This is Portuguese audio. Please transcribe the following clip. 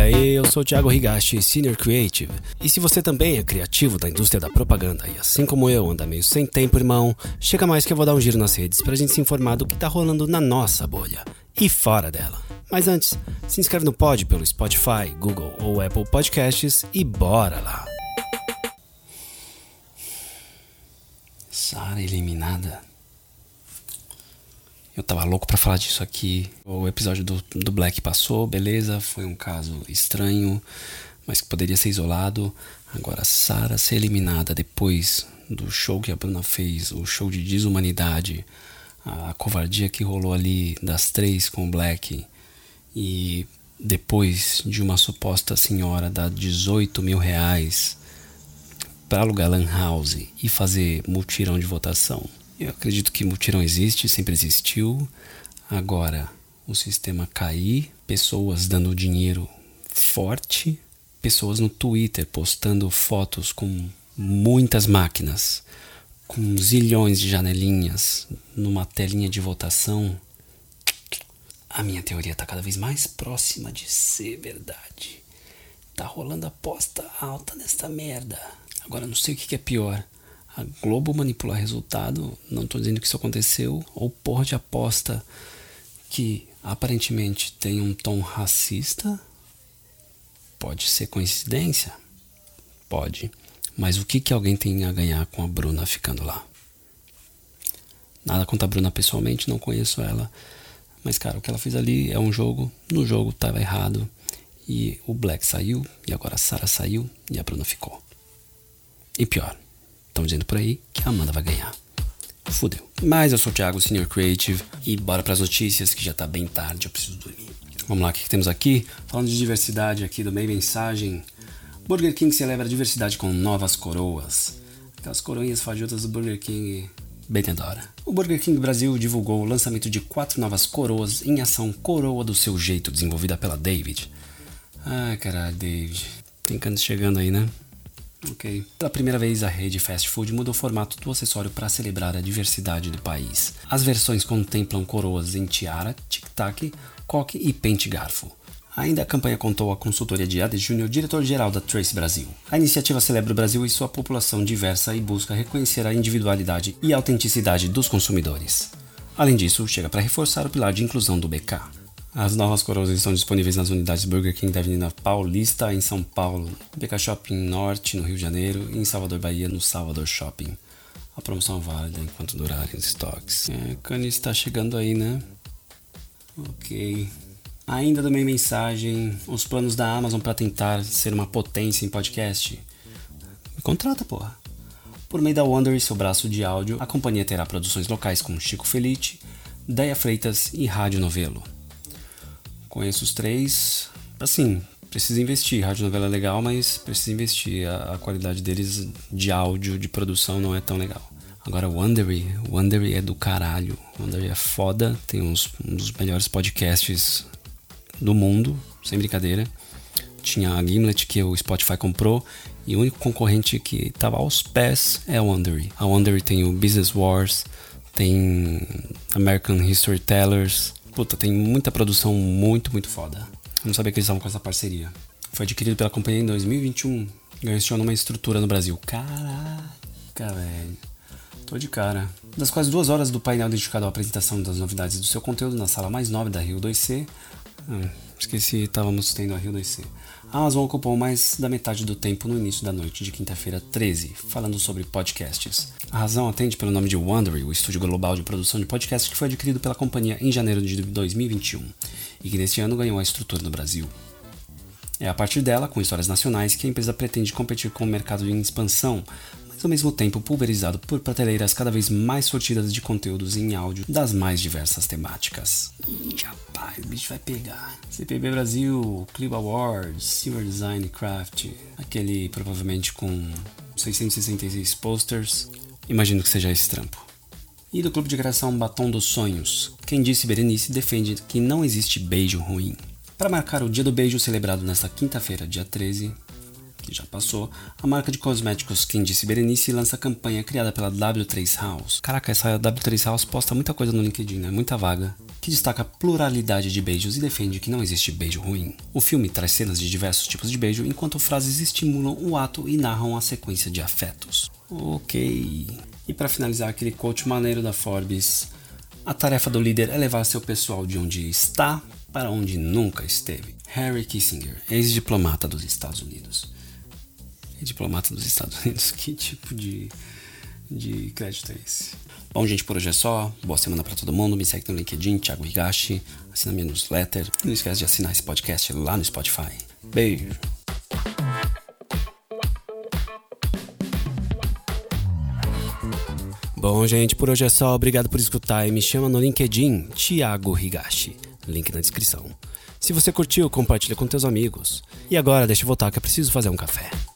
aí, eu sou o Thiago Higashi, Senior Creative. E se você também é criativo da indústria da propaganda e assim como eu anda meio sem tempo, irmão, chega mais que eu vou dar um giro nas redes pra gente se informar do que tá rolando na nossa bolha e fora dela. Mas antes, se inscreve no pod pelo Spotify, Google ou Apple Podcasts e bora lá! Sarah eliminada? Eu tava louco pra falar disso aqui. O episódio do Black passou, beleza, foi um caso estranho, mas que poderia ser isolado. Agora, Sarah ser eliminada depois do show que a Bruna fez, o show de desumanidade, a covardia que rolou ali das três com o Black, e depois de uma suposta senhora dar 18 mil reais pra alugar lan house e fazer mutirão de votação. Eu acredito que mutirão existe, sempre existiu. Agora, o sistema cair, pessoas dando dinheiro forte, pessoas no Twitter postando fotos com muitas máquinas, com zilhões de janelinhas numa telinha de votação. A minha teoria tá cada vez mais próxima de ser verdade. Tá rolando aposta alta nessa merda. Agora, não sei o que é pior. A Globo manipular resultado, não tô dizendo que isso aconteceu, ou porra de aposta que aparentemente tem um tom racista. Pode ser coincidência? Pode. Mas o que alguém tem a ganhar com a Bruna ficando lá? Nada contra a Bruna pessoalmente, não conheço ela. Mas cara, o que ela fez ali é um jogo, no jogo tava errado. E o Black saiu, e agora a Sarah saiu, e a Bruna ficou. E pior, estão dizendo por aí que a Amanda vai ganhar. Fudeu. Mas eu sou o Thiago, Senior Creative, e bora pras notícias que já tá bem tarde, eu preciso dormir. Vamos lá, o que temos aqui? Falando de diversidade aqui do meio mensagem. Burger King celebra a diversidade com novas coroas. Aquelas coroinhas fajutas do Burger King, bem adora. O Burger King Brasil divulgou o lançamento de 4 novas coroas em ação Coroa do Seu Jeito, desenvolvida pela David. Ai caralho, David. Tem canto chegando aí, né? Ok. Pela primeira vez, a rede fast food mudou o formato do acessório para celebrar a diversidade do país. As versões contemplam coroas em tiara, tic-tac, coque e pente-garfo. Ainda a campanha contou a consultoria de Ade Júnior, diretor-geral da Trace Brasil. A iniciativa celebra o Brasil e sua população diversa e busca reconhecer a individualidade e autenticidade dos consumidores. Além disso, chega para reforçar o pilar de inclusão do BK. As novas coroas estão disponíveis nas unidades Burger King da Avenida Paulista, em São Paulo, BK Shopping Norte, no Rio de Janeiro, e em Salvador, Bahia, no Salvador Shopping. A promoção é válida enquanto durarem os estoques. Kanye está chegando aí, né? Ok. Ainda do meio mensagem, os planos da Amazon para tentar ser uma potência em podcast. Me contrata, porra. Por meio da Wondery, seu braço de áudio, a companhia terá produções locais com Chico Felice, Deia Freitas e Rádio Novelo. Conheço os três, assim, precisa investir. Rádio Novela é legal, mas precisa investir. A qualidade deles de áudio, de produção não é tão legal. Agora o Wondery é do caralho. O Wondery é foda, tem um dos melhores podcasts do mundo, sem brincadeira. Tinha a Gimlet que o Spotify comprou e o único concorrente que estava aos pés é a Wondery. A Wondery tem o Business Wars, tem American History Tellers. Puta, tem muita produção muito foda. Eu não sabia que eles estavam com essa parceria. Foi adquirido pela companhia em 2021. Ganhou uma estrutura no Brasil. Caraca, velho. Tô de cara. Das quase 2 horas do painel dedicado à apresentação das novidades do seu conteúdo na sala mais nobre da Rio 2C. Esqueci, estávamos tendo a Rio 2C. A Amazon ocupou mais da metade do tempo no início da noite de quinta-feira 13, falando sobre podcasts. A razão atende pelo nome de Wondery, o estúdio global de produção de podcasts que foi adquirido pela companhia em janeiro de 2021 e que neste ano ganhou a estrutura no Brasil. É a partir dela, com histórias nacionais, que a empresa pretende competir com o mercado em expansão, mas ao mesmo tempo pulverizado por prateleiras cada vez mais sortidas de conteúdos em áudio das mais diversas temáticas. Ih, rapaz, o bicho vai pegar. CPB Brasil, Clip Awards, Silver Design Craft, aquele provavelmente com 666 posters. Imagino que seja esse trampo. E do clube de criação Batom dos Sonhos, quem disse Berenice defende que não existe beijo ruim. Para marcar o Dia do Beijo celebrado nesta quinta-feira, dia 13, que já passou, a marca de cosméticos Quem Disse Berenice lança a campanha criada pela W3 House. Caraca, essa W3 House posta muita coisa no LinkedIn, né? Muita vaga. que destaca a pluralidade de beijos e defende que não existe beijo ruim. O filme traz cenas de diversos tipos de beijo, enquanto frases estimulam o ato e narram a sequência de afetos. Ok. E para finalizar, aquele quote maneiro da Forbes: a tarefa do líder é levar seu pessoal de onde está para onde nunca esteve. Henry Kissinger, ex-diplomata dos Estados Unidos. Diplomata dos Estados Unidos, que tipo de crédito é esse? Bom, gente, por hoje é só. Boa semana pra todo mundo. Me segue no LinkedIn, Thiago Higashi. Assina minha newsletter. E não esquece de assinar esse podcast lá no Spotify. Beijo! Bom, gente, por hoje é só. Obrigado por escutar e me chama no LinkedIn, Thiago Higashi. Link na descrição. Se você curtiu, compartilha com teus amigos. E agora, deixa eu voltar que eu preciso fazer um café.